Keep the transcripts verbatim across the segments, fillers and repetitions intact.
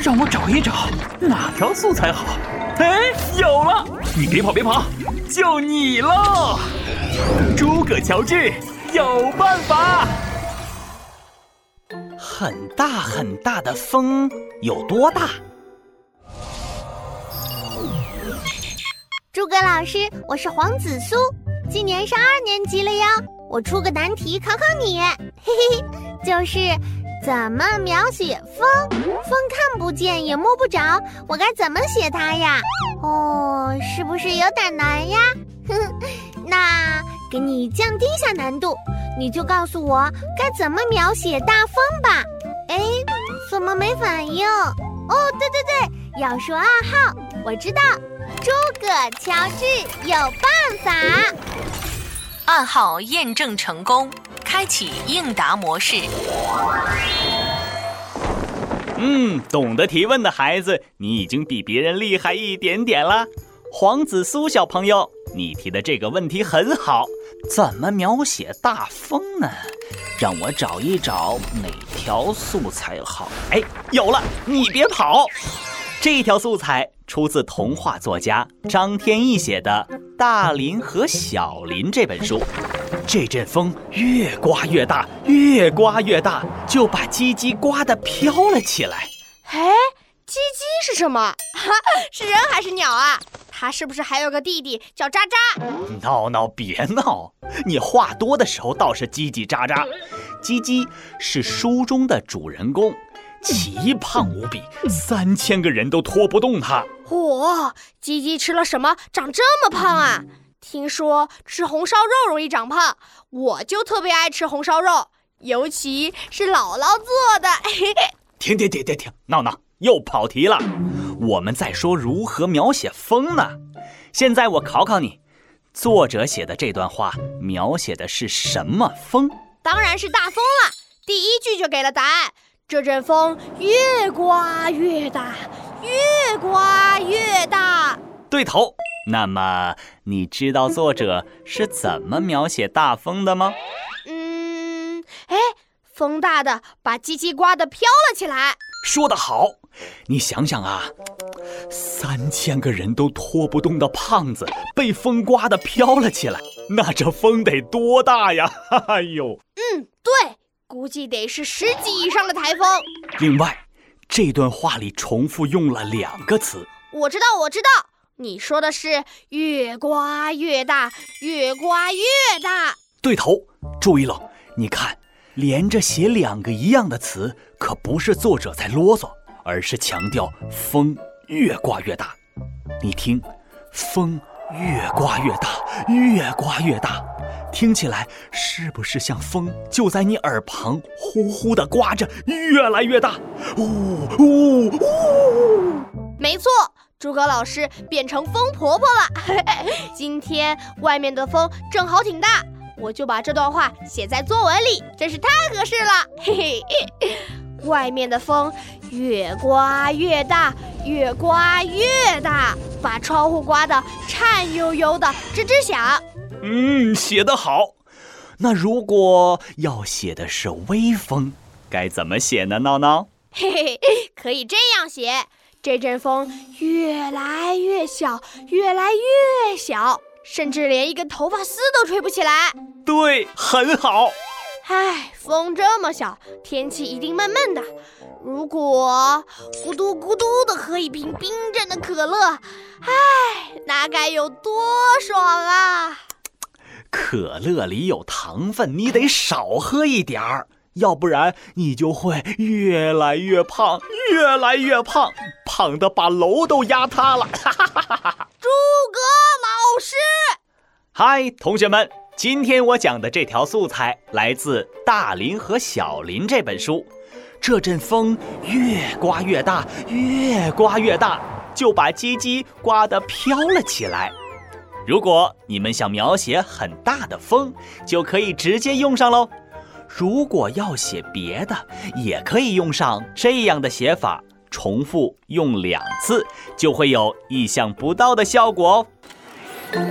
让我找一找哪条素材好。哎，有了！你别跑别跑，就你喽！诸葛乔治有办法。 很大很大的风有多大？ 诸葛老师，我是黄子苏，今年上二年级了哟。我出个难题考考你，嘿嘿，就是怎么描写风？风看不见也摸不着，我该怎么写它呀？哦，是不是有点难呀？呵呵，那给你降低一下难度，你就告诉我该怎么描写大风吧。哎，怎么没反应？哦，对对对，要说暗号，我知道，诸葛乔治有办法。 暗号验证成功，开启应答模式。 嗯，懂得提问的孩子，你已经比别人厉害一点点了。黄子苏小朋友，你提的这个问题很好，怎么描写大风呢？让我找一找哪条素材好。哎，有了，你别跑！这条素材出自童话作家张天翼写的《大林和小林》这本书。这阵风越刮越大，越刮越大，就把鸡鸡刮得飘了起来。 哎，鸡鸡是什么？是人还是鸟啊？它是不是还有个弟弟叫渣渣？ 闹闹别闹，你话多的时候倒是叽叽喳喳。鸡鸡是书中的主人公，奇胖无比，三千个人都拖不动它。 嚯，鸡鸡吃了什么长这么胖啊？听说吃红烧肉容易长胖，我就特别爱吃红烧肉，尤其是姥姥做的。 停停停停停，闹闹又跑题了。我们在说如何描写风呢？现在我考考你，作者写的这段话描写的是什么风？ 当然是大风了，第一句就给了答案。这阵风越刮越大，越刮越大。 对头。那么你知道作者是怎么描写大风的吗？ 嗯，哎，风大的把鸡鸡刮得飘了起来。 说得好，你想想啊，三千个人都拖不动的胖子被风刮得飘了起来，那这风得多大呀？哎呦， 嗯，对，估计得是十级以上的台风。 另外，这段话里重复用了两个词。 我知道，我知道。你说的是越刮越大，越刮越大。 对头，注意了，你看，连着写两个一样的词，可不是作者在啰嗦，而是强调风越刮越大。你听，风越刮越大，越刮越大，听起来是不是像风就在你耳旁呼呼地刮着，越来越大？呜呜呜！ 没错。诸葛老师变成风婆婆了。今天外面的风正好挺大，我就把这段话写在作文里，真是太合适了。嘿嘿，外面的风越刮越大，越刮越大，把窗户刮得颤悠悠的吱吱响。 嗯，写得好。那如果要写的是微风，该怎么写呢？闹闹？ 嘿嘿，可以这样写。这阵风越来越小，越来越小，甚至连一根头发丝都吹不起来。 对，很好。 唉，风这么小，天气一定闷闷的。如果咕嘟咕嘟地喝一瓶冰镇的可乐，唉，那该有多爽啊！ 可乐里有糖分，你得少喝一点儿。要不然你就会越来越胖，越来越胖，胖得把楼都压塌了。 诸葛老师， 嗨，同学们，今天我讲的这条素材来自《大林和小林》这本书。这阵风越刮越大，越刮越大，就把鸡鸡刮得飘了起来。如果你们想描写很大的风，就可以直接用上喽。如果要写别的，也可以用上这样的写法，重复用两次，就会有意想不到的效果哦。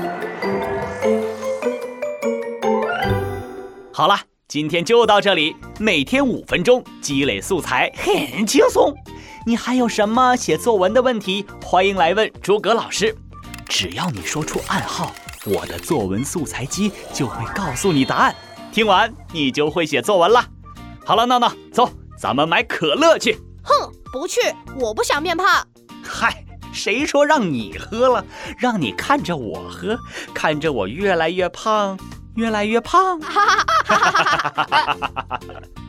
好了，今天就到这里，每天五分钟，积累素材很轻松。 你还有什么写作文的问题，欢迎来问诸葛老师。只要你说出暗号，我的作文素材机就会告诉你答案。听完你就会写作文了。好了，闹闹，走，咱们买可乐去。 哼，不去，我不想变胖。 嗨，谁说让你喝了？让你看着我喝，看着我越来越胖，越来越胖。